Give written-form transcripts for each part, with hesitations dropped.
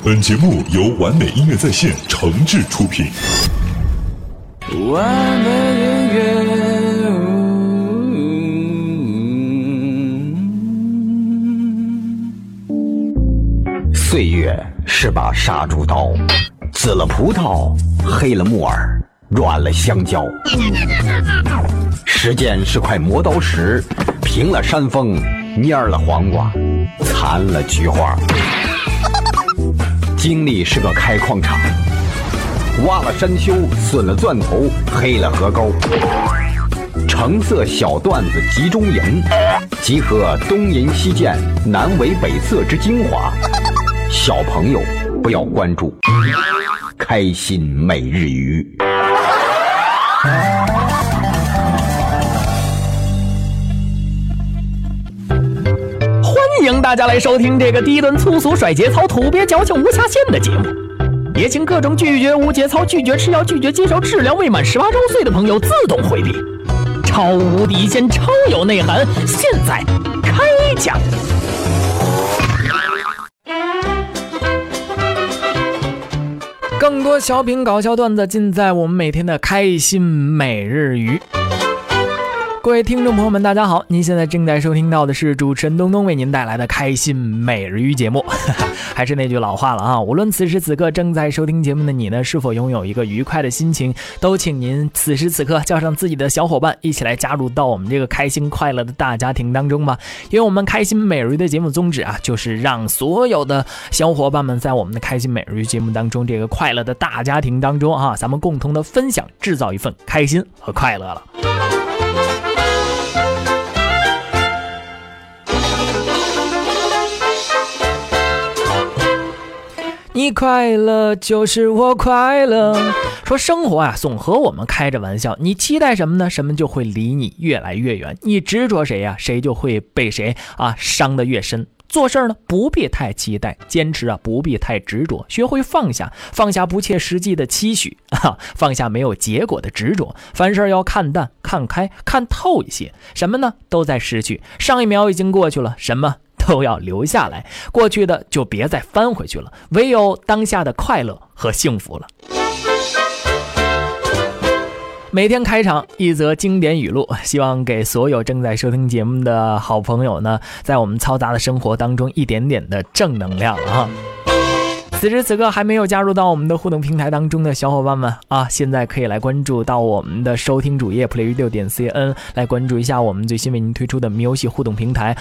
本节目由完美音乐在线诚挚出品。 完美音乐， 岁月是把杀猪刀，紫了葡萄，黑了木耳，软了香蕉。时间是块磨刀石，平了山峰，蔫了黄瓜，残了菊花。经历是个开矿场，挖了山丘，损了钻头，黑了河沟。橙色小段子集中营，集合东淫西贱、南伪北色之精华。小朋友不要关注，开心每日鱼。 欢迎大家来收听这个低端粗俗甩节操土鳖矫情无下限的节目，也请各种拒绝无节操、拒绝吃药、拒绝接受治疗未满18周岁的朋友自动回避。超无底线、超有内涵，现在开讲。更多小品搞笑段子尽在我们每天的开心每日鱼。各位听众朋友们大家好，您现在正在收听到的是主持人东东为您带来的开心每日鱼节目。还是那句老话了啊，无论此时此刻正在收听节目的你呢，是否拥有一个愉快的心情，都请您此时此刻叫上自己的小伙伴，一起来加入到我们这个开心快乐的大家庭当中吧。因为我们开心每日鱼的节目宗旨啊，就是让所有的小伙伴们在我们的开心每日鱼节目当中，这个快乐的大家庭当中啊，咱们共同的分享，制造一份开心和快乐了。你快乐就是我快乐。说生活啊，总和我们开着玩笑。你期待什么呢？什么就会离你越来越远。你执着谁啊，谁就会被谁啊伤得越深。做事呢，不必太期待，坚持啊，不必太执着，学会放下，放下不切实际的期许啊，放下没有结果的执着。凡事要看淡、看开、看透一些。什么呢？都在失去，上一秒已经过去了，什么都要留下来，过去的就别再翻回去了，唯有当下的快乐和幸福了。每天开场一则经典语录，希望给所有正在收听节目的好朋友呢，在我们嘈杂的生活当中一点点的正能量啊。此时此刻还没有加入到我们的互动平台当中的小伙伴们啊，现在可以来关注到我们的收听主页 playradio.cn， 来关注一下我们最新为您推出的游戏互动平台。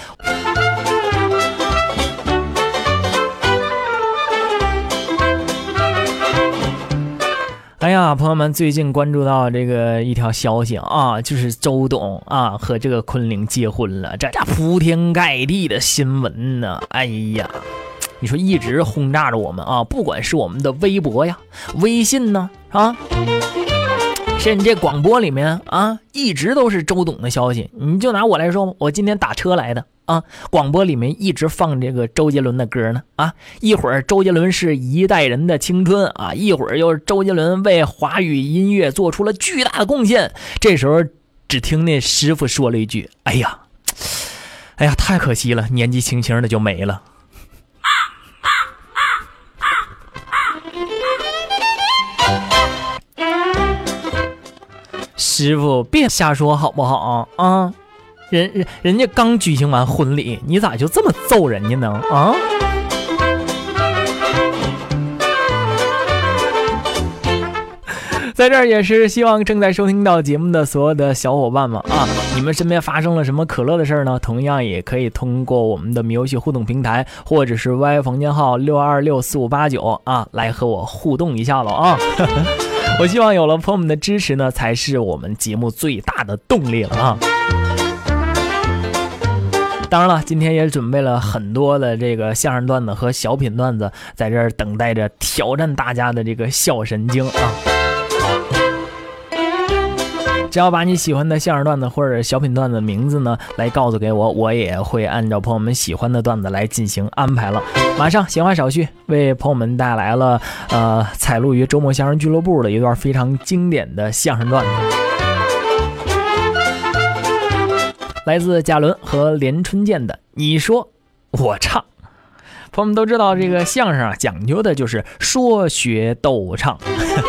哎呀，朋友们，最近关注到这个一条消息啊，就是周董啊和这个昆凌结婚了，这铺天盖地的新闻呢。哎呀，你说一直轰炸着我们啊，不管是我们的微博呀、微信呢啊，甚至这广播里面啊，一直都是周董的消息。你就拿我来说，我今天打车来的啊，广播里面一直放这个周杰伦的歌呢啊，一会儿周杰伦是一代人的青春啊，一会儿又是周杰伦为华语音乐做出了巨大的贡献。这时候只听那师傅说了一句：哎呀，太可惜了，年纪轻轻的就没了。师傅别瞎说好不好啊？人家刚举行完婚礼，你咋就这么揍人家呢啊？在这儿也是希望正在收听到节目的所有的小伙伴们啊，你们身边发生了什么可乐的事呢？同样也可以通过我们的游戏互动平台或者是 Y 房间号6264589啊，来和我互动一下了啊。我希望有了朋友们的支持呢，才是我们节目最大的动力了啊。当然了，今天也准备了很多的这个相声段子和小品段子，在这儿等待着挑战大家的这个笑神经啊。只要把你喜欢的相声段子或者小品段子的名字呢来告诉给我，我也会按照朋友们喜欢的段子来进行安排了。马上闲话少叙，为朋友们带来了采录于周末相声俱乐部的一段非常经典的相声段子，来自贾伦和连春剑的你说我唱。 朋友们都知道，这个相声啊讲究的就是说学逗唱。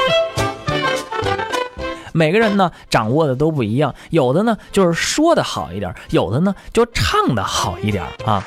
每个人呢掌握的都不一样，有的呢就是说的好一点，有的呢就唱的好一点啊。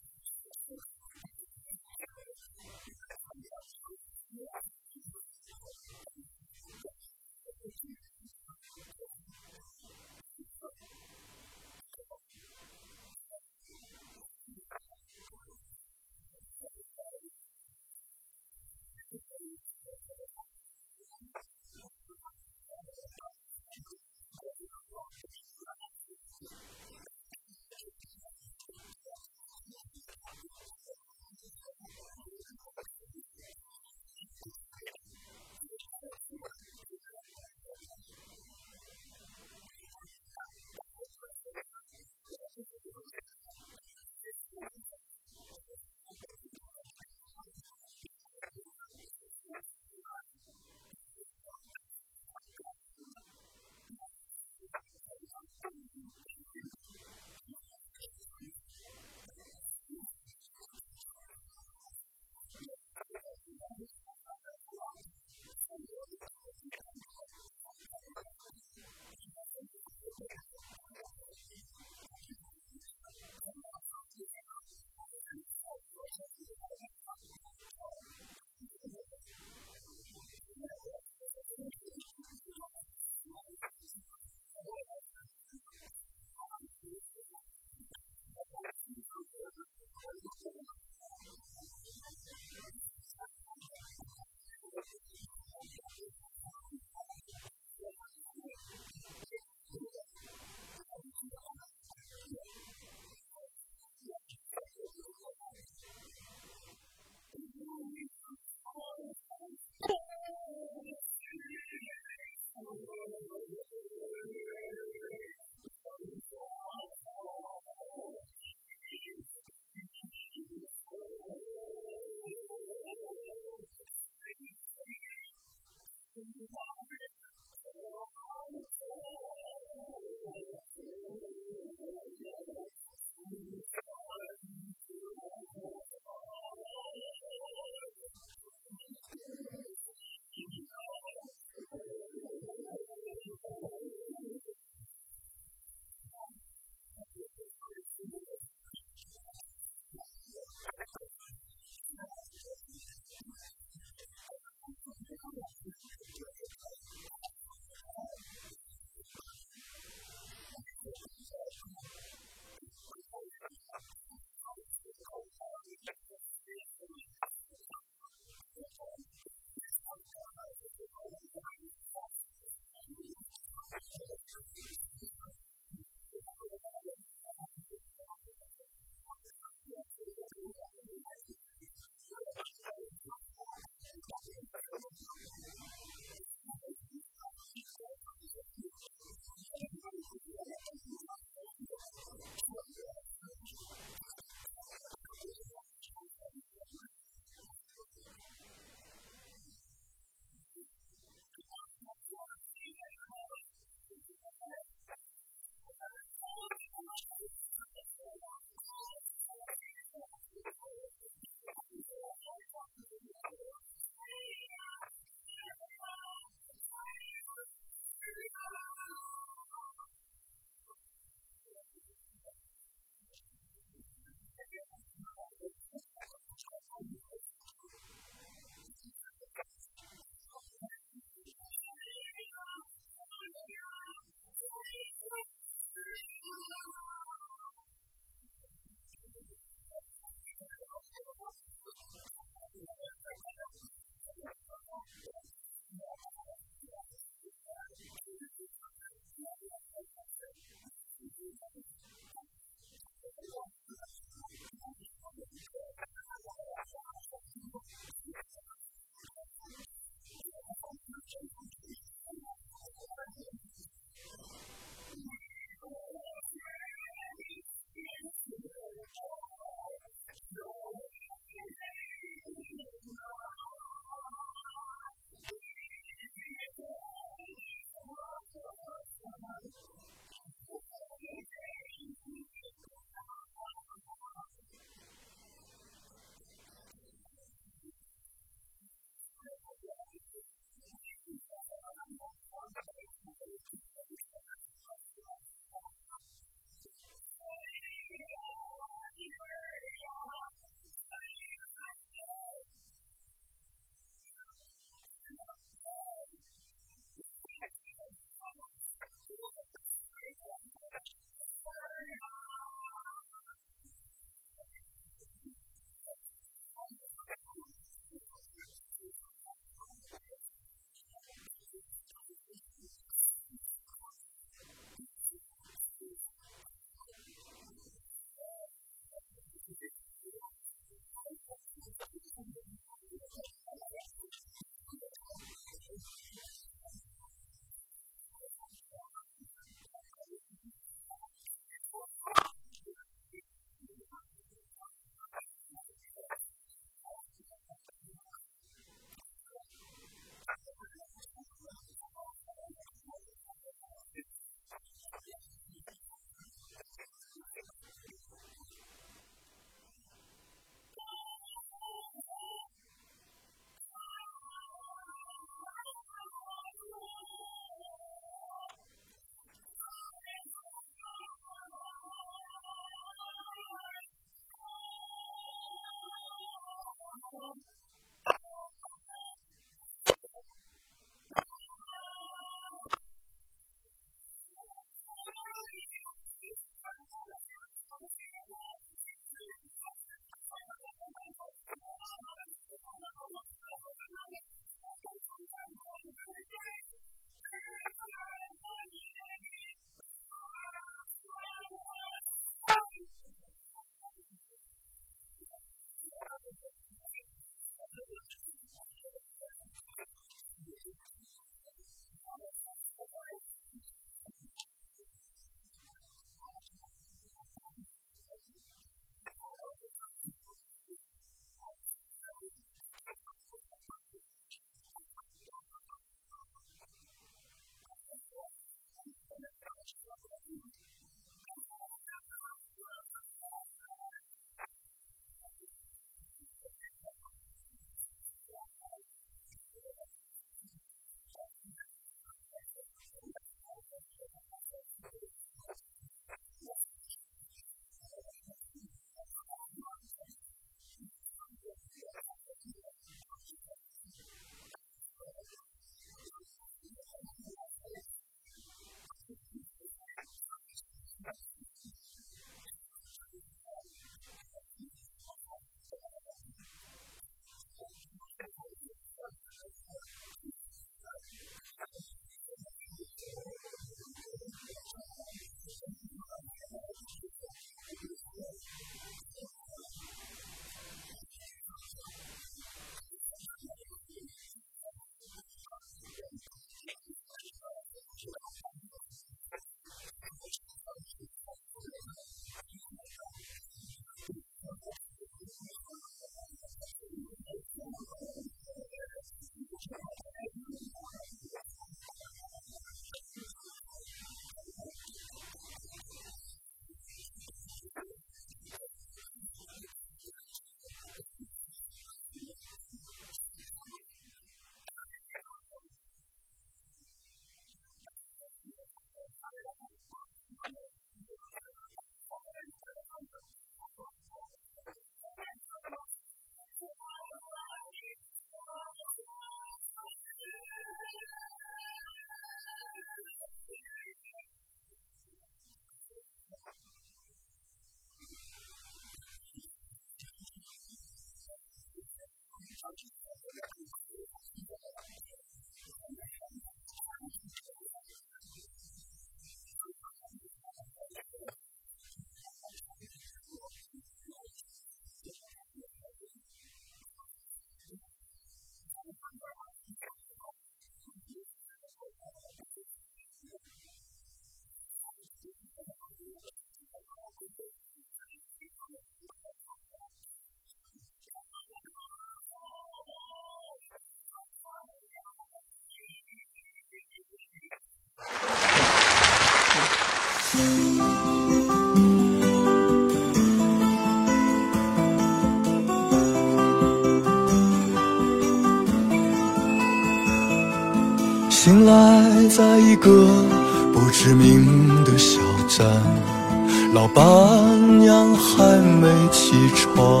醒来在一个不知名的小站，老板娘还没起床，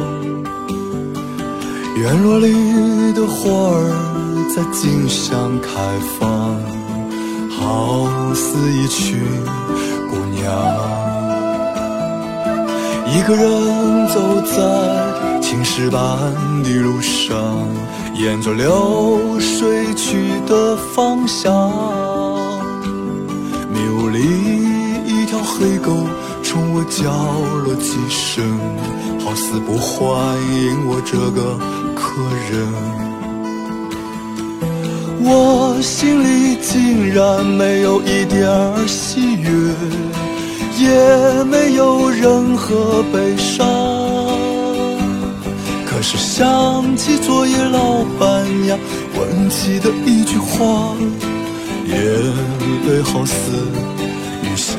院落里的花儿在竞相开放，好似一群姑娘。一个人走在青石板的路上，沿着流水去的方向，迷雾里一条黑狗冲我叫了几声，好似不欢迎我这个客人。我心里竟然没有一点喜悦，也没有任何悲伤，可是想起昨夜老板娘问起的一句话，眼泪好似雨下。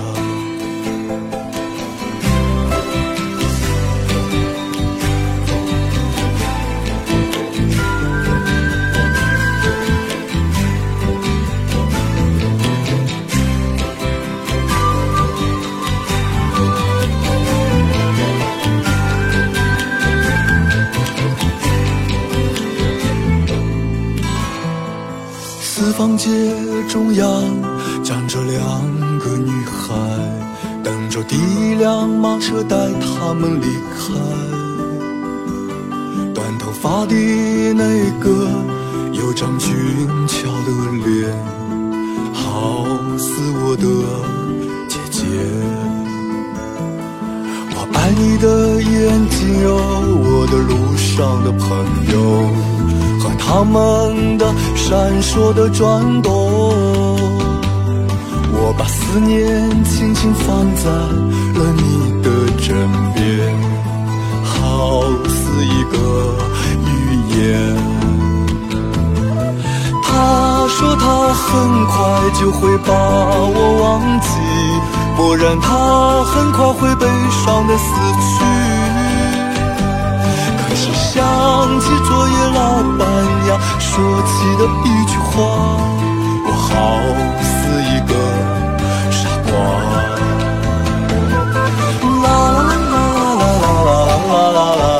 四方街中央站着两个女孩，等着第一辆马车带她们离开。短头发的那个有张俊俏的脸，好似我的姐姐。我爱你的眼睛有我的路上的朋友和他们的闪烁的转动，我把思念轻轻放在了你的枕边，好似一个语言。他说他很快就会把我忘记，不然他很快会悲伤的死去。可是想起昨夜老板娘说起的一句话，我好似一个傻瓜。啦啦啦啦啦啦啦啦啦。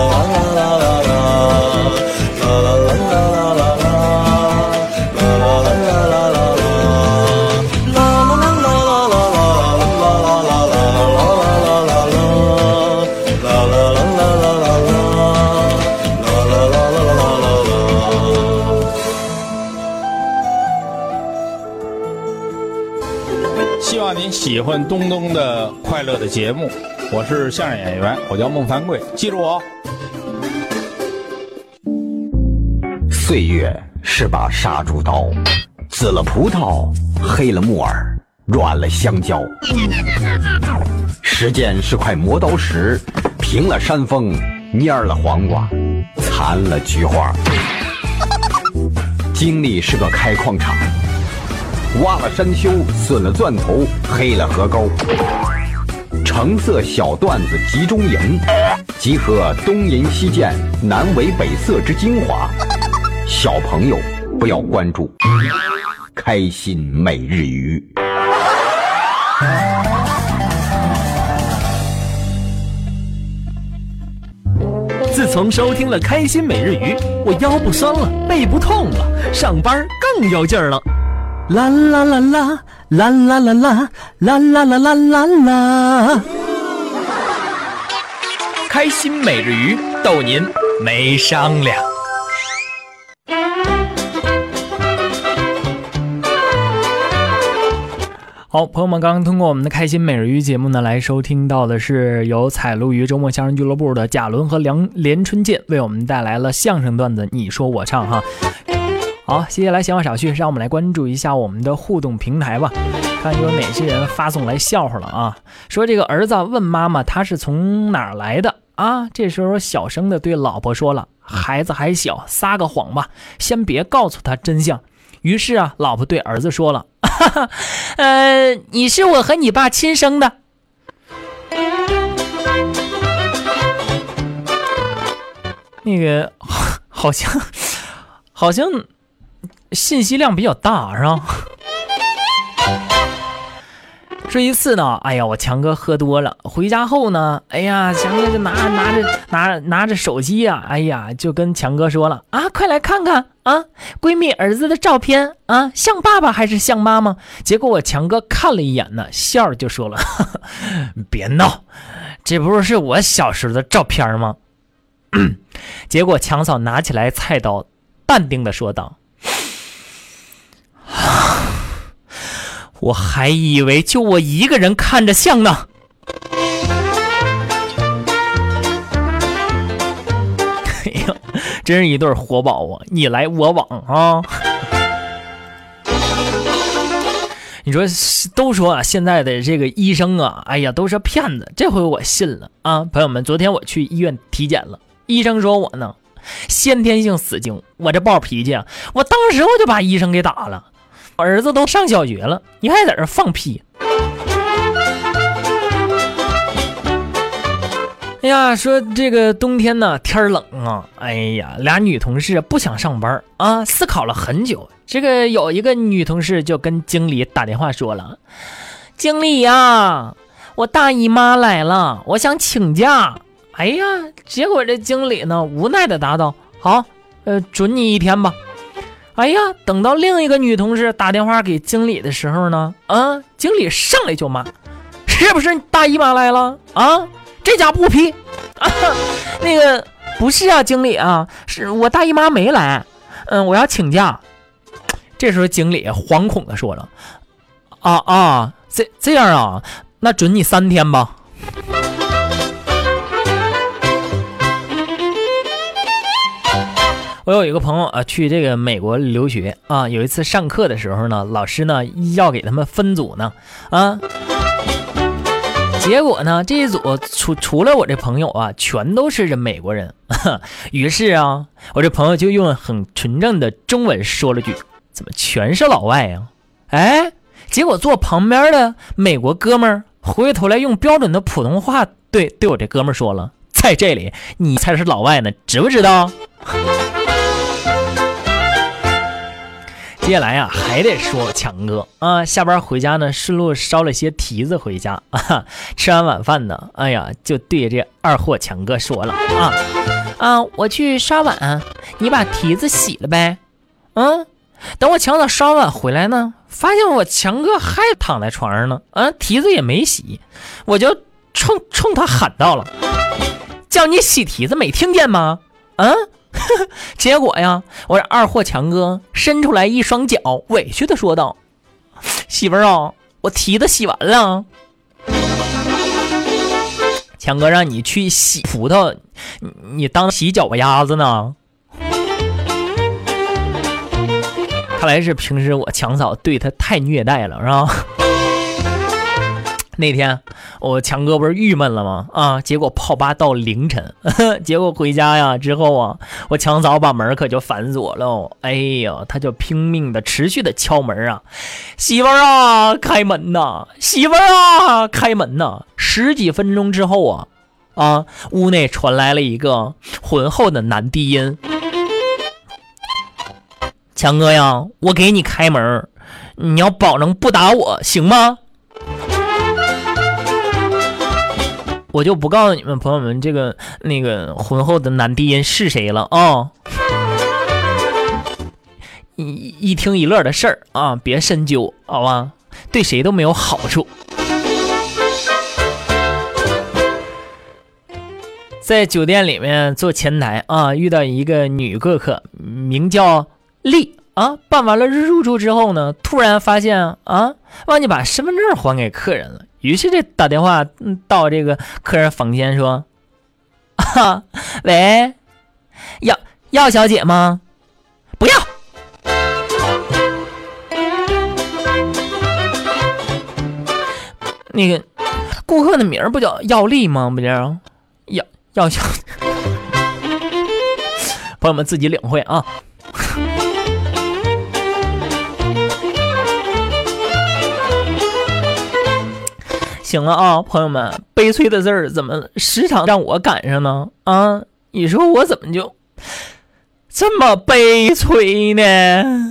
希望您喜欢东东的快乐的节目，我是相声演员，我叫孟凡贵，记住我。 岁月是把杀猪刀，紫了葡萄，黑了木耳，软了香蕉。时间是块磨刀石，平了山峰，蔫了黄瓜，残了菊花。经历是个开矿场，挖了山丘，损了钻头，黑了河沟。橙色小段子集中营，集合东淫西贱、南伪北色之精华。小朋友不要关注，开心每日鱼。 自从收听了开心每日鱼，我腰不酸了，背不痛了，上班更有劲儿了。啦啦啦啦啦啦啦啦啦啦啦啦啦！开心每日鱼逗您没商量。好，朋友们，刚刚通过我们的开心每日鱼节目呢，来收听到的是由采录于周末相声俱乐部的贾伦和连春健为我们带来了相声段子你说我唱哈。好，接下来闲话少叙，让我们来关注一下我们的互动平台吧，看有哪些人发送来笑话了啊。说这个儿子问妈妈他是从哪儿来的啊，这时候小声的对老婆说了，孩子还小，撒个谎吧，先别告诉他真相。于是啊，老婆对儿子说了， 你是我和你爸亲生的。那个好像信息量比较大，是吧？这一次呢，哎呀，我强哥喝多了，回家后呢，哎呀，强哥就拿着手机啊，哎呀，就跟强哥说了啊，快来看看啊，闺蜜儿子的照片啊，像爸爸还是像妈妈？结果我强哥看了一眼呢，笑着就说了，呵呵，别闹，这不是我小时候的照片吗？结果强嫂拿起来菜刀，淡定的说道，我还以为就我一个人看着像呢。哎呀，真是一对活宝啊，你来我往啊。你说都说啊，现在的这个医生啊，哎呀，都是骗子，这回我信了啊。朋友们，昨天我去医院体检了，医生说我呢先天性死精，我这暴脾气啊，我当时我就把医生给打了。我儿子都上小学了，你还在这放屁！哎呀，说这个冬天呢，天冷啊，哎呀，俩女同事不想上班啊，思考了很久。这个有一个女同事就跟经理打电话说了：“经理呀，我大姨妈来了，我想请假。”哎呀，结果这经理呢无奈的答道：“好，准你1天吧。”哎呀，等到另一个女同事打电话给经理的时候呢，经理上来就骂：“是不是大姨妈来了啊？这家不批啊？那个不是啊，经理啊，是我大姨妈没来，我要请假。”这时候经理惶恐的说了：“这样啊，那准你3天吧。”我有一个朋友啊，去这个美国留学啊，有一次上课的时候呢，老师呢要给他们分组呢啊，结果呢这一组除了我这朋友啊，全都是这美国人。于是啊，我这朋友就用很纯正的中文说了句：“怎么全是老外啊？”哎，结果坐旁边的美国哥们儿回过头来用标准的普通话对我这哥们儿说了：“在这里你才是老外呢，知不知道？”接下来啊，还得说强哥啊，下班回家呢，顺路捎了些提子回家啊。吃完晚饭呢，哎呀，就对这二货强哥说了我去刷碗，你把提子洗了呗。等我强嫂刷碗回来呢，发现我强哥还躺在床上呢，提子也没洗，我就冲他喊到了：“叫你洗提子没听见吗？”结果呀，我这二货强哥伸出来一双脚，委屈的说道：“媳妇儿啊，我提子洗完了。”强哥让你去洗葡萄，你当洗脚丫子呢？看来是平时我强嫂对他太虐待了，是吧？那天我强哥不是郁闷了吗？结果泡吧到凌晨，结果回家呀之后啊，我强嫂把门可就反锁了。哎呀，他就拼命的持续的敲门啊，媳妇儿啊，开门呐！媳妇儿啊，开门呐！10几分钟之后啊，屋内传来了一个浑厚的男低音：“强哥呀，我给你开门，你要保证不打我，行吗？”我就不告诉你们朋友们那个浑厚的男低音是谁了啊！一听一乐的事儿啊，别深究，好吧？对谁都没有好处。在酒店里面做前台啊，遇到一个女顾客，名叫丽啊。办完了入住之后呢，突然发现忘记把身份证还给客人了。于是这打电话到这个客人房间说：“喂，要小姐吗？不要。”那个顾客的名不叫耀丽吗？不叫要小朋友们自己领会啊。 行了啊，朋友们，悲催的字儿怎么时常让我赶上呢？啊，你说我怎么就这么悲催呢？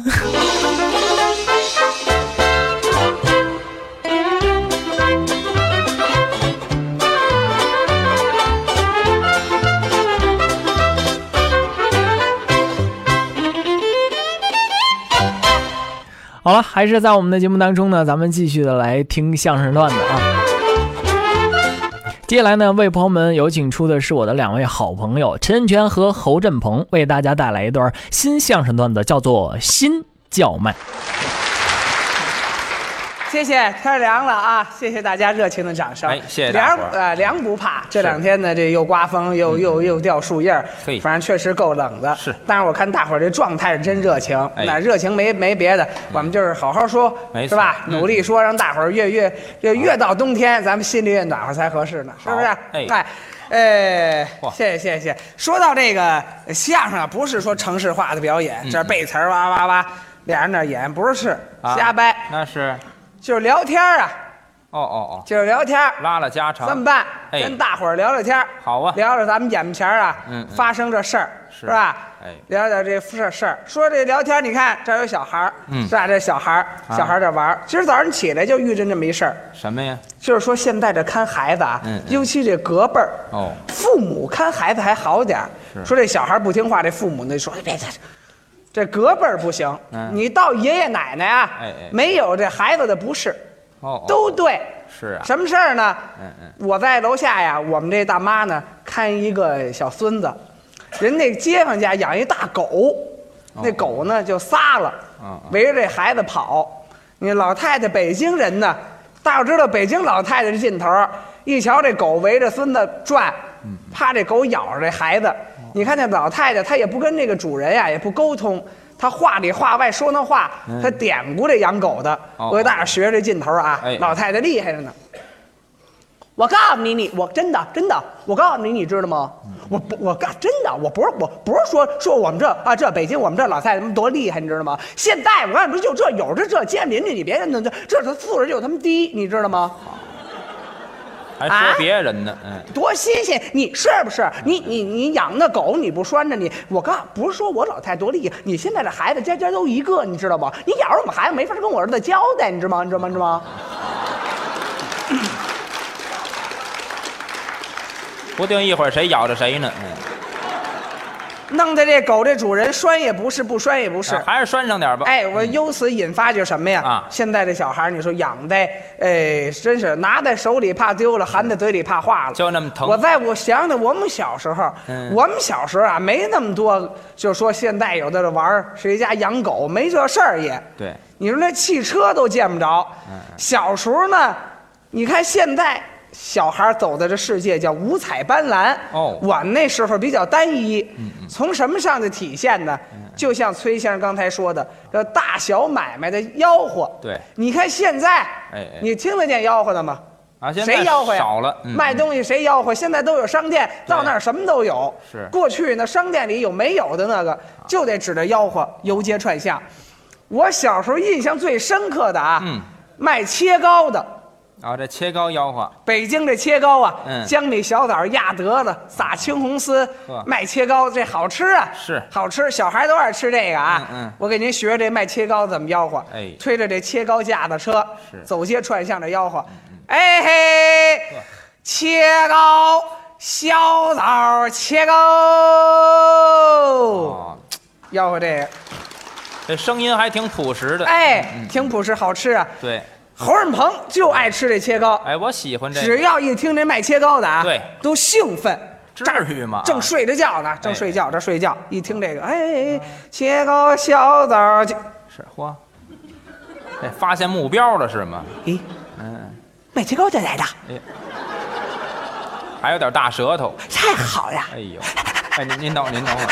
好了，还是在我们的节目当中呢，咱们继续的来听相声段子啊。接下来呢，为朋友们有请出的是我的2位好朋友陈恩泉和侯振鹏，为大家带来一段新相声段子，叫做《新叫卖》。 谢谢，天凉了啊！谢谢大家热情的掌声。 哎，谢谢大伙儿。 凉不怕，这2天呢，这又刮风，又掉树叶，反正确实够冷的。 是， 但是我看大伙儿这状态是真热情，那热情没别的，我们就是好好说，是吧？努力说，让大伙儿越到冬天，咱们心里越暖和才合适呢，是不是？谢谢。说到这个相声啊，不是说程式化的表演，这背词儿哇哇哇，俩人那演不是瞎掰， 那是。 就是聊天啊，就是聊天， 拉了家常。 这么办？跟大伙儿聊聊天。 好啊， 聊聊咱们眼前啊，发生这事儿，是吧？聊聊这事儿。说这聊天，你看这有小孩儿，是吧？这小孩儿这玩儿。今儿早上起来就遇见这么一事儿。 什么呀？ 就是说现在这看孩子啊，尤其这隔辈儿，父母看孩子还好点儿。说这小孩不听话，这父母那说别这隔辈儿不行，你到爷爷奶奶啊，没有这孩子的不是，都对， 是啊。 什么事儿呢？我在楼下呀，我们这大妈呢看一个小孙子，人那街坊家养一大狗，那狗呢就撒了，围着这孩子跑。你老太太北京人呢，大伙知道北京老太太这劲头，一瞧这狗围着孙子转，怕这狗咬着这孩子。你看那老太太，她也不跟这个主人呀，也不沟通，她话里话外说那话，她典故这养狗的。我给大家学这劲头啊，老太太厉害着呢。我告诉你，我真的，我告诉你，你知道吗？我真的，我不是说我们这北京我们这老太太们多厉害，你知道吗？现在我告诉你，就这有这见邻居，你别这素质就他妈低，你知道吗？ 还说别人呢， 多新鲜！你是不是？你养那狗你不拴着你？不是说我老太多厉害，你现在这孩子家都一个，你知道吗？你咬着我们孩子没法跟我儿子交代，你知道吗？ 不定一会儿谁咬着谁呢。 弄得这狗这主人拴也不是，不拴也不是， 还是拴上点吧。 我由此引发就是什么呀？现在这小孩你说养的，真是拿在手里怕丢了，含在嘴里怕化了， 就那么疼。 我想想，我们小时候啊，没那么多，就是说现在有的玩谁家养狗没这事儿也。 对， 你说那汽车都见不着。小时候呢，你看现在。小孩走的这世界叫五彩斑斓我那时候比较单一，从什么上的体现呢？就像崔先生刚才说的，这大小买卖的吆喝。 对， 你看现在，你听得见吆喝的吗？谁吆喝呀？ 少了， 卖东西谁吆喝？现在都有商店，到那儿什么都有。 是， 过去呢，商店里有没有的那个，就得指着吆喝，游街串巷。我小时候印象最深刻的啊，卖切糕的。 这切糕吆喝， 北京这切糕啊，江米小枣压得子，撒青红丝，卖切糕这好吃啊， 是好吃，小孩都爱吃这个啊。我给您学这卖切糕怎么吆喝，推着这切糕架子车，走街串巷的吆喝，切糕小枣切糕，吆喝这个， 这声音还挺朴实的， 挺朴实，好吃啊。 对。 侯润鹏就爱吃这切糕， 我喜欢这个。 只要一听这卖切糕的啊， 对， 都兴奋。 至于吗？ 正睡着觉呢，正睡觉，这睡觉，一听这个，切糕小枣是嚯，这发现目标了是吗？ 卖切糕这来的， 还有点大舌头， 太好呀！ 您等会儿。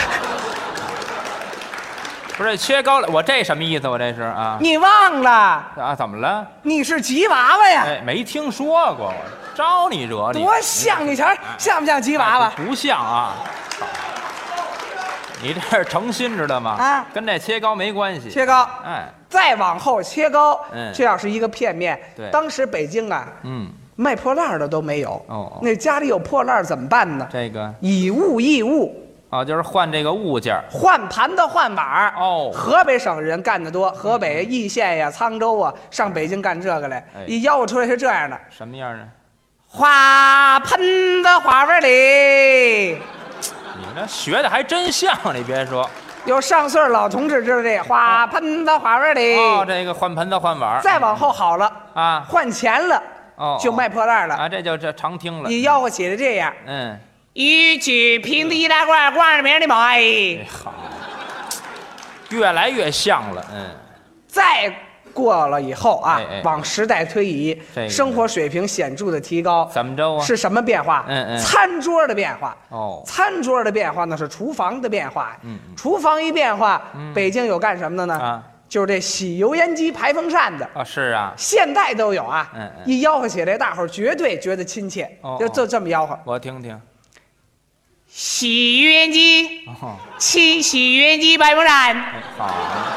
不是切糕了，我这什么意思？我这是啊？ 你忘了怎么了？ 你是吉娃娃呀？ 没听说过，招你惹你？ 多像你瞧，像不像吉娃娃？ 不像啊！你这是诚心知道吗？跟这切糕没关系。 切糕， 再往后切高，这要是一个片面。 对， 当时北京啊，卖破烂的都没有。 哦， 那家里有破烂怎么办呢？ 这个以物易物。 哦，就是换这个物件， 换盘子换碗儿。 哦， 河北省人干得多，河北易县呀、沧州啊，上北京干这个来，一吆喝出来是这样的。 什么样的？ 花盆子花碗里。 你这学的还真像，你别说。 有上岁老同志知道这花盆子花碗里。 哦，这个换盆子换碗。 再往后好了啊， 换钱了。哦，就卖破烂了啊，这常听了。 一吆喝起来这样。一举平地大罐罐里面的卖。 好，越来越像了。 再过了以后啊，往时代推移，生活水平显著的提高。 怎么着啊？ 是什么变化？餐桌的变化。 哦， 餐桌的变化呢是厨房的变化。厨房一变化，北京有干什么的呢？啊，就是这洗油烟机、排风扇的。 啊，是啊， 现代都有啊。一吆喝起来，大伙儿绝对觉得亲切。就这么吆喝， 我听听。 洗油烟机，清洗油烟机排风扇。 好。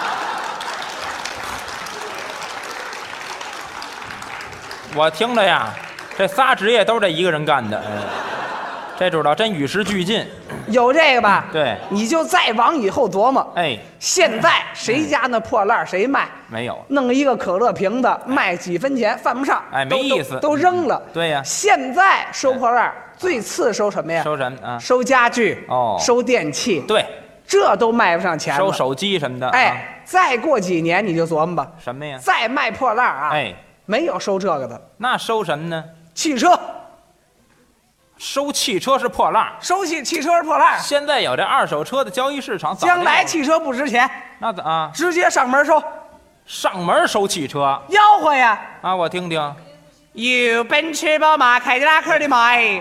我听着呀，这仨职业都是这一个人干的，这知道真与时俱进。 有这个吧？ 对， 你就再往以后琢磨。现在谁家那破烂谁卖？ 没有， 弄一个可乐瓶子卖几分钱，犯不上。 没意思， 都扔了。 对呀， 现在收破烂最次收什么呀？ 收什么啊？ 收家具。哦，收电器。 对， 这都卖不上钱了。 收手机什么的。 再过几年你就琢磨吧。 什么呀？ 再卖破烂啊！没有收这个的。 那收什么呢？ 汽车。 收汽车是破烂， 收汽车是破烂。 现在有这二手车的交易市场， 将来汽车不值钱， 那怎啊？ 直接上门收。 上门收汽车？ 吆喝呀！ 啊，我听听。 有奔驰、宝马、凯迪拉克的卖。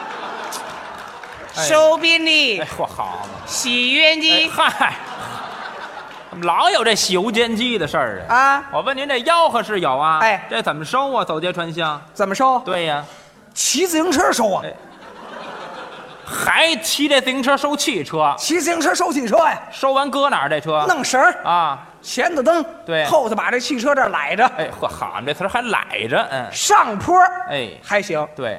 收宾利。 我好嘛！ 洗油烟机。 嗨，老有这洗油烟机的事儿啊！我问您，这吆喝是有啊？这怎么收啊？走街串巷怎么收？ 对呀， 骑自行车收啊！ 还骑这自行车收汽车？ 骑自行车收汽车呀！ 收完搁哪儿？这车弄绳儿啊， 前头蹬， 对， 后头把这汽车这揽着。 呵，好，这词儿还揽着。 上坡还行， 对。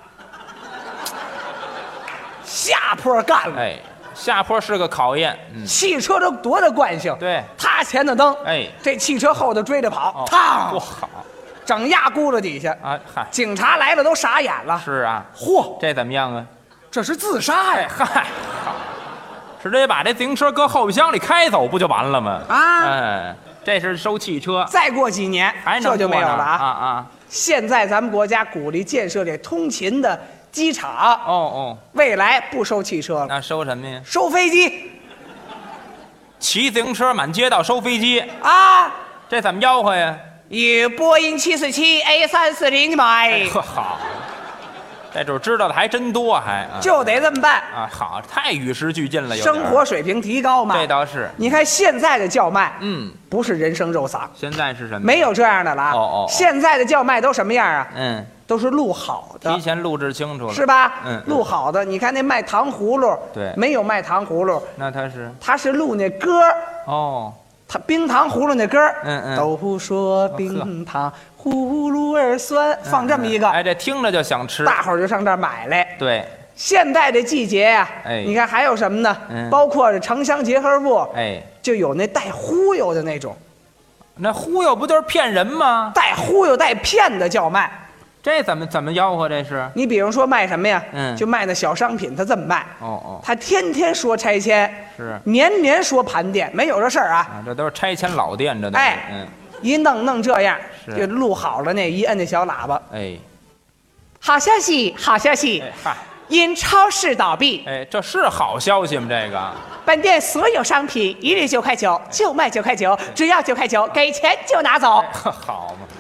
下坡干了， 下坡是个考验。 汽车都多大惯性？ 对， 他前头蹬，这汽车后头追着跑，嘡， 多好， 整压轱辘底下啊！嗨， 警察来了都傻眼了。 是啊， 嚯， 这怎么样啊？ 这是自杀呀！ 嗨，直接把这自行车搁后备箱里开走不就完了吗？啊，这是收汽车。 再过几年，这就没有了啊！ 现在咱们国家鼓励建设这通勤的机场。未来不收汽车了， 那收什么呀？ 收飞机。 骑自行车满街道收飞机啊！ 这怎么吆喝呀？ 有波音747 A340的卖。 好。这主知道的还真多， 就得这么办啊！好，太与时俱进了， 生活水平提高嘛。 这倒是。 你看现在的叫卖，不是人参肉嗓。 现在是什么？ 没有这样的了啊！现在的叫卖都什么样啊？都是录好的， 提前录制清楚了， 是吧？录好的。你看那卖糖葫芦， 对， 没有卖糖葫芦， 那他是录那歌他冰糖葫芦那歌都说冰糖葫芦儿酸，放这么一个， 这听着就想吃， 大伙儿就上这儿买来。 对， 现在的季节呀，你看还有什么呢？包括城乡结合部，就有那带忽悠的那种。 那忽悠不就是骗人吗？ 带忽悠带骗的叫卖。 这怎么吆喝？这是你比如说卖什么呀？就卖那小商品，他这么卖。他天天说拆迁， 是年年说盘店，没有这事儿啊。 这都是拆迁老店，这都一弄这样，就录好了那一摁那小喇叭。好消息，好消息！因超市倒闭。 这是好消息吗？这个本店所有商品一律9块9，就卖9块9，只要9块9，给钱就拿走。 好嘛。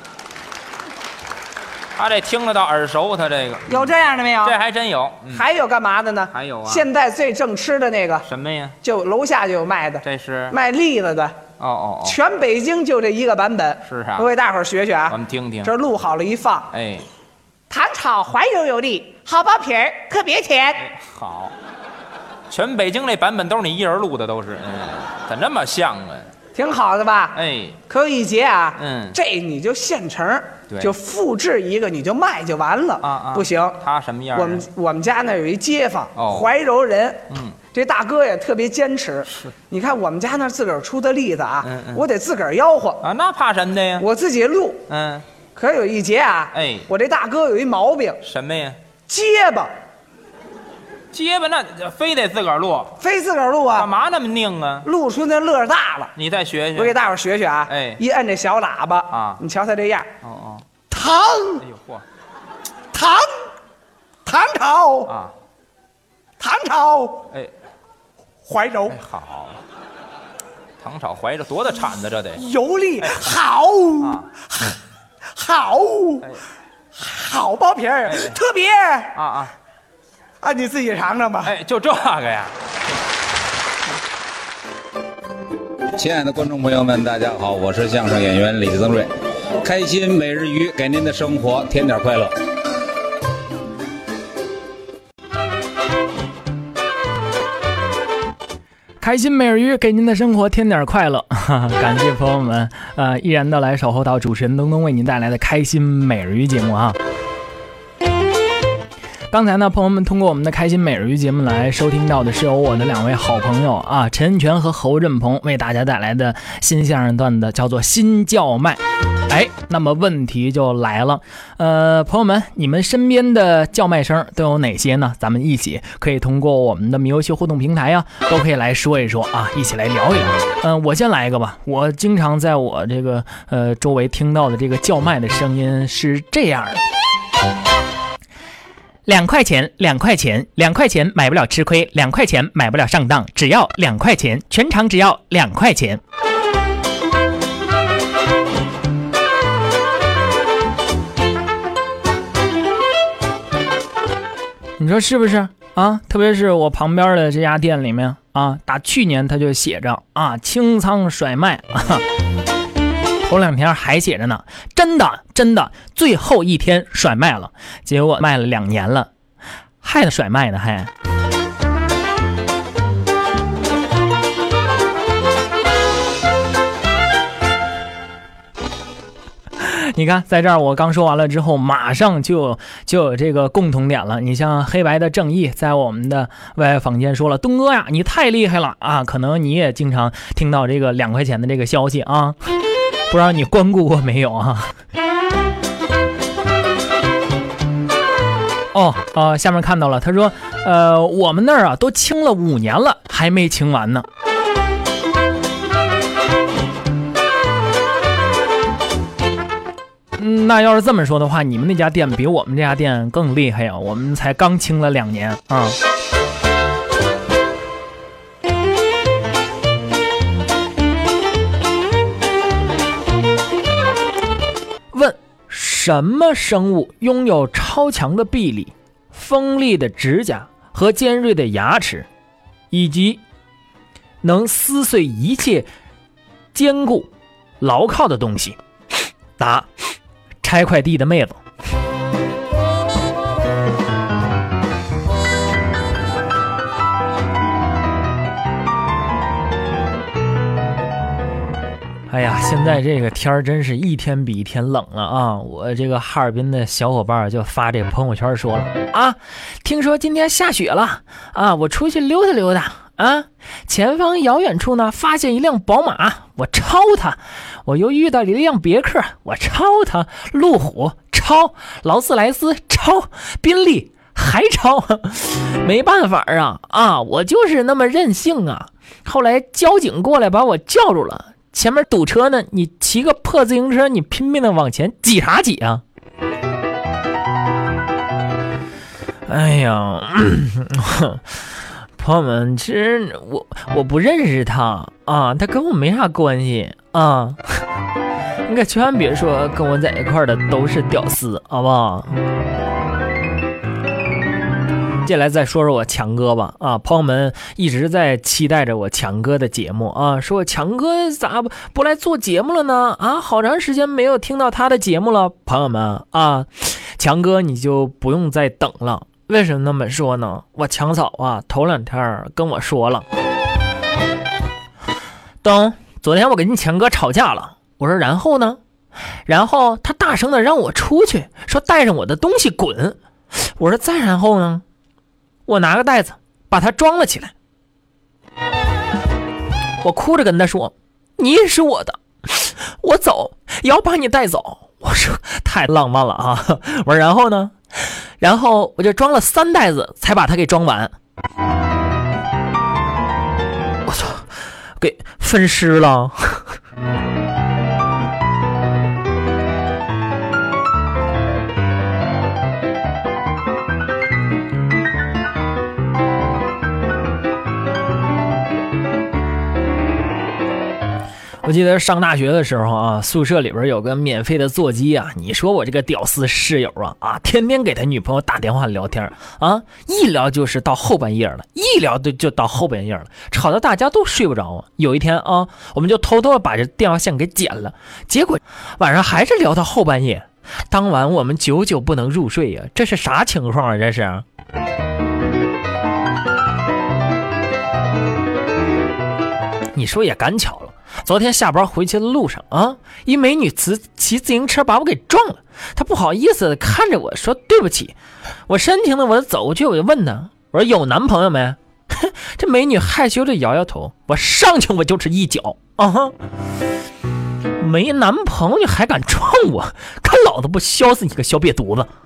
他这听得到耳熟，他这个有这样的没有？ 这还真有。 还有干嘛的呢？ 还有啊， 现在最正吃的那个什么呀？ 就楼下就有卖的， 这是卖栗子的。全北京就这一个版本。 是啊， 我给大伙儿学学啊， 我们听听。 这录好了一放，糖炒怀柔有力，好薄皮儿，特别甜。 好，全北京那版本都是你一人录的，都是，怎么这么像啊？ 挺好的吧？ 哎， 可有一节啊， 嗯， 这你就现成，就复制一个你就卖就完了啊， 不行。 他什么样？ 我们家那有一街坊，怀柔人，这大哥也特别坚持。你看我们家那自个儿出的例子啊，我得自个儿吆喝啊，那怕什么的呀？ 我自己录，可有一节啊， 哎， 我这大哥有一毛病， 什么呀？ 结巴。 结巴那非得自个儿录， 非自个儿录啊？ 干嘛那么拧啊？ 录出那乐大了。 你再学学， 我给大伙儿学学啊。 哎， 一摁这小喇叭啊， 你瞧他这样。 哦， 糖。 哎呦嚯， 唐朝啊， 唐朝。 哎， 怀柔。 好，唐朝怀柔多大铲子这得。 有力，好，好，好包皮儿，特别。啊，你自己尝尝吧。 哎，就这个呀。 亲爱的观众朋友们，大家好，我是相声演员李增瑞，开心每日鱼给您的生活添点快乐。 开心每日鱼给您的生活添点快乐，感谢朋友们依然的来守候到主持人东东为您带来的开心每日鱼节目啊。刚才呢，朋友们通过我们的开心每日鱼节目来收听到的是由我的两位好朋友啊，陈恩泉和侯振鹏为大家带来的新相声段子，叫做新叫卖。哎，那么问题就来了，朋友们，你们身边的叫卖声都有哪些呢？咱们一起可以通过我们的游戏互动平台呀，都可以来说一说啊，一起来聊一聊。我先来一个吧，我经常在我这个周围听到的这个叫卖的声音是这样的。2块钱，2块钱，2块钱买不了吃亏，2块钱买不了上当，只要2块钱，全场只要2块钱。你说是不是啊？特别是我旁边的这家店里面啊，打去年他就写着啊清仓甩卖啊，头2天还写着呢，真的最后一天甩卖了，结果卖了2年了，还得甩卖呢还。你看，在这儿我刚说完了之后，马上就有这个共同点了。你像黑白的正义，在我们的外坊间说了，东哥呀，你太厉害了啊！可能你也经常听到这个2块钱的这个消息啊，不知道你光顾过没有啊？下面看到了，他说，我们那儿啊都清了5年了，还没清完呢。那要是这么说的话，你们那家店比我们这家店更厉害呀！我们才刚清了2年啊。问：什么生物拥有超强的臂力、锋利的指甲和尖锐的牙齿，以及能撕碎一切坚固牢靠的东西？答：拆快递的妹子。哎呀，现在这个天儿真是一天比一天冷了啊！我这个哈尔滨的小伙伴就发这个朋友圈说了啊，听说今天下雪了啊，我出去溜达溜达啊，前方遥远处呢发现一辆宝马，我超它，我又遇到一辆别克，我超它，路虎超，劳斯莱斯超，宾利还超，没办法啊，我就是那么任性啊！后来交警过来把我叫住了，前面堵车呢，你骑个破自行车，你拼命的往前挤啥挤啊？哎呀，朋友们，其实我不认识他啊，他跟我没啥关系啊。你可千万别说跟我在一块的都是屌丝，好不好？接下来再说说我强哥吧啊，朋友们一直在期待着我强哥的节目啊，说我强哥咋不来做节目了呢？啊，好长时间没有听到他的节目了，朋友们啊，强哥你就不用再等了。为什么那么说呢？我强嫂啊头2天跟我说了，东昨天我跟你强哥吵架了。我说然后呢？然后他大声的让我出去，说带上我的东西滚。我说再然后呢？我拿个袋子把他装了起来。我哭着跟他说，你也是我的，我走也要把你带走。我说太浪漫了啊！我说然后呢？然后我就装了3袋子才把它给装完。我操，给分尸了。我记得上大学的时候啊，宿舍里边有个免费的座机啊，你说我这个屌丝室友啊，天天给他女朋友打电话聊天啊，一聊就是到后半夜了，一聊就到后半夜了，吵得大家都睡不着啊。有一天啊，我们就偷偷的把这电话线给剪了，结果晚上还是聊到后半夜。当晚我们久久不能入睡呀，这是啥情况啊？这是。你说也赶巧了。昨天下班回去的路上啊，一美女骑自行车把我给撞了，她不好意思的看着我说对不起。我深情的我走过去，我就问她，我说有男朋友没？这美女害羞的摇摇头。我上去我就是一脚啊！没男朋友你还敢撞我？看老子不削死你个小瘪犊子！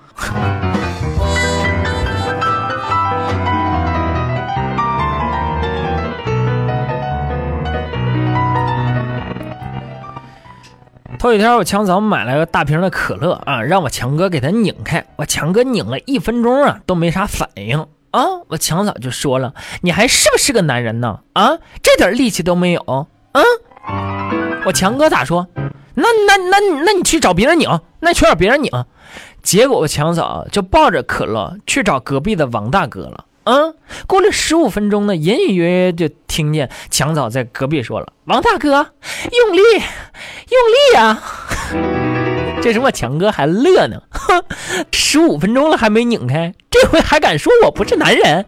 头几天我强嫂买了个大瓶的可乐啊，让我强哥给他拧开。我强哥拧了1分钟啊，都没啥反应啊。我强嫂就说了，你还是不是个男人呢？啊，这点力气都没有啊！我强哥咋说？那你去找别人拧，那你去找别人拧。结果我强嫂就抱着可乐去找隔壁的王大哥了。过了15分钟呢，隐隐约约就听见强嫂在隔壁说了，王大哥用力啊！这时我强哥还乐呢，15分钟了还没拧开，这回还敢说我不是男人？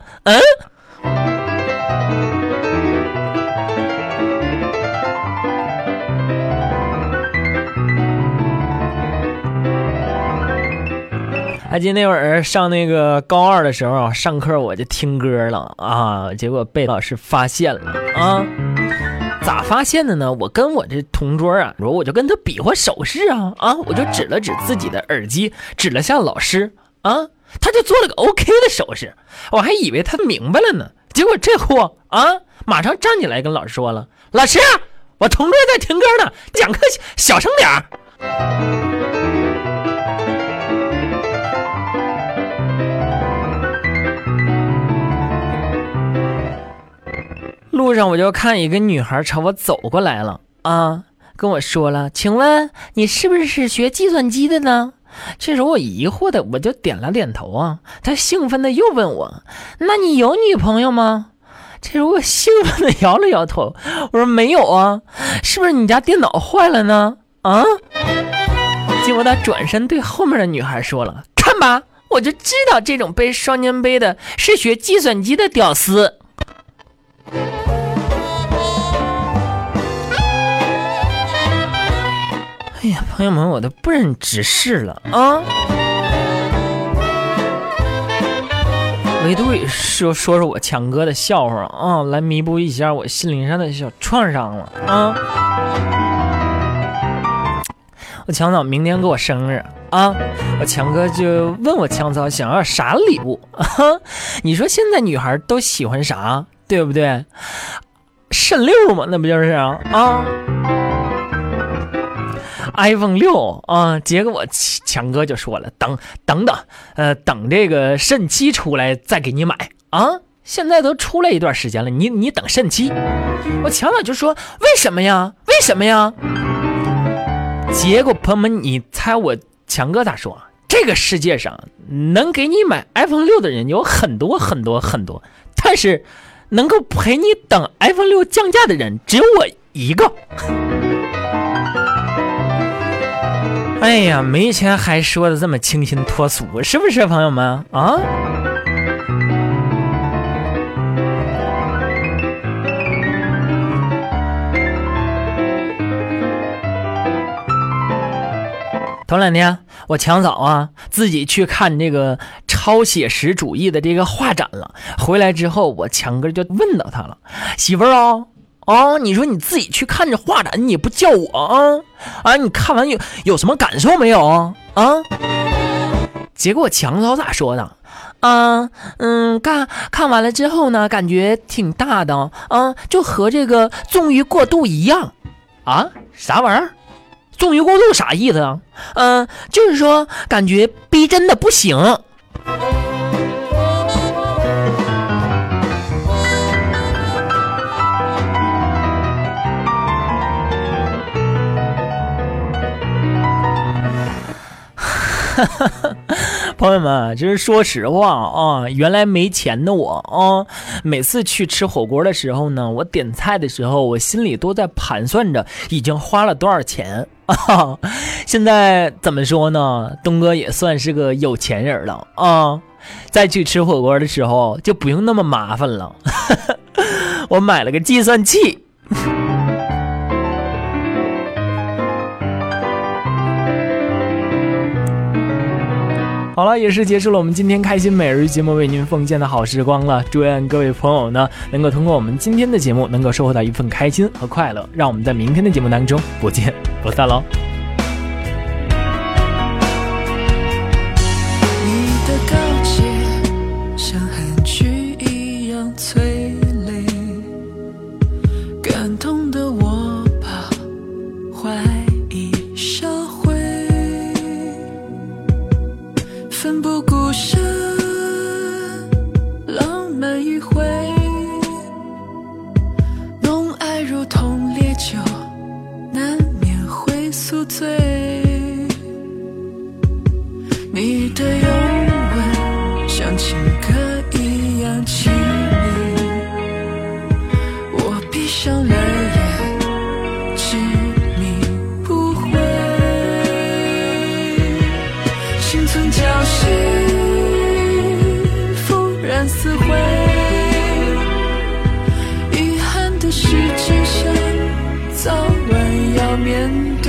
还记得那会儿上那个高2的时候啊，上课我就听歌了啊，结果被老师发现了啊。咋发现的呢？我跟我这同桌啊，我就跟他比划手势啊，我就指了指自己的耳机，指了下老师啊，他就做了个 OK 的手势，我还以为他明白了呢。结果这货啊，马上站起来跟老师说了：“老师，我同桌在听歌呢，讲课小声点儿。”路上我就看一个女孩朝我走过来了啊，跟我说了，请问你是不是学计算机的呢？这时候我疑惑的我就点了点头啊。她兴奋的又问我，那你有女朋友吗？这时候我兴奋的摇了摇头，我说没有啊。是不是你家电脑坏了呢？啊？结果他转身对后面的女孩说了，看吧，我就知道这种背双肩背的是学计算机的屌丝。哎呀，朋友们，我都不忍直视了啊！唯独说我强哥的笑话啊，来弥补一下我心灵上的小创伤了啊！我强嫂明天过我生日啊，我强哥就问我强嫂想要啥礼物啊？你说现在女孩都喜欢啥，对不对？肾6嘛，那不就是啊？iPhone 6啊，结果我强哥就说了，等，等这个肾7出来再给你买啊！现在都出来一段时间了，你等肾7。我强嫂就说为什么呀？结果朋友们，你猜我强哥咋说？这个世界上能给你买 iPhone 6的人有很多，但是能够陪你等 iPhone 6降价的人只有我一个。哎呀，没钱还说的这么清新脱俗，是不是朋友们啊？ 头2天我强嫂啊自己去看这个超写实主义的这个画展了，回来之后我强哥就问到她了，媳妇儿你说你自己去看这画展，你也不叫我啊你看完有什么感受没有啊？结果强嫂咋说的？看完了之后呢，感觉挺大的就和这个纵欲过度一样啊？啥玩意儿？纵欲过度啥意思啊？就是说感觉逼真的不行。朋友们，就是说实话原来没钱的我每次去吃火锅的时候呢，我点菜的时候我心里都在盘算着已经花了多少钱现在怎么说呢，东哥也算是个有钱人了再去吃火锅的时候就不用那么麻烦了我买了个计算器好了，也是结束了我们今天开心每日节目为您奉献的好时光了。祝愿各位朋友呢能够通过我们今天的节目能够收获到一份开心和快乐，让我们在明天的节目当中不见不散喽。 你的告诫像寒曲一样催泪，感动的我把怀疑烧毁，奋不顾身，浪漫迂回，浓爱如同烈酒，难免会宿醉。你的拥吻像情歌一样凄美，我闭上了眼，执迷不悔，心存侥幸，复燃死灰，遗憾的是真相早晚要面对。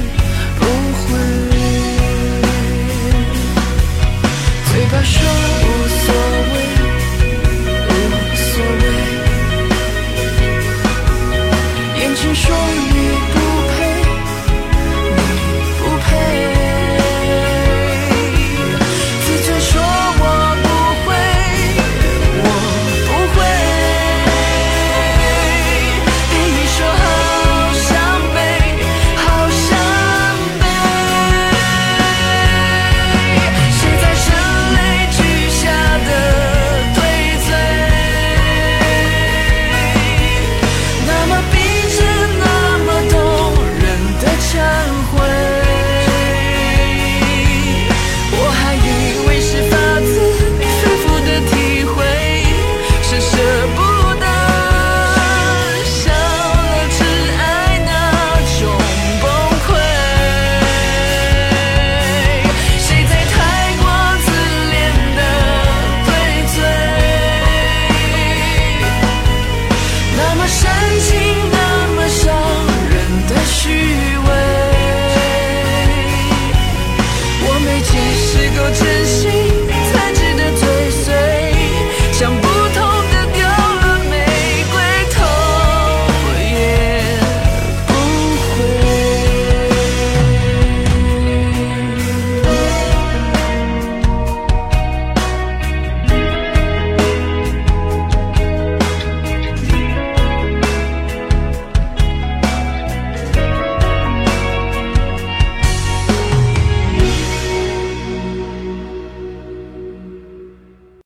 说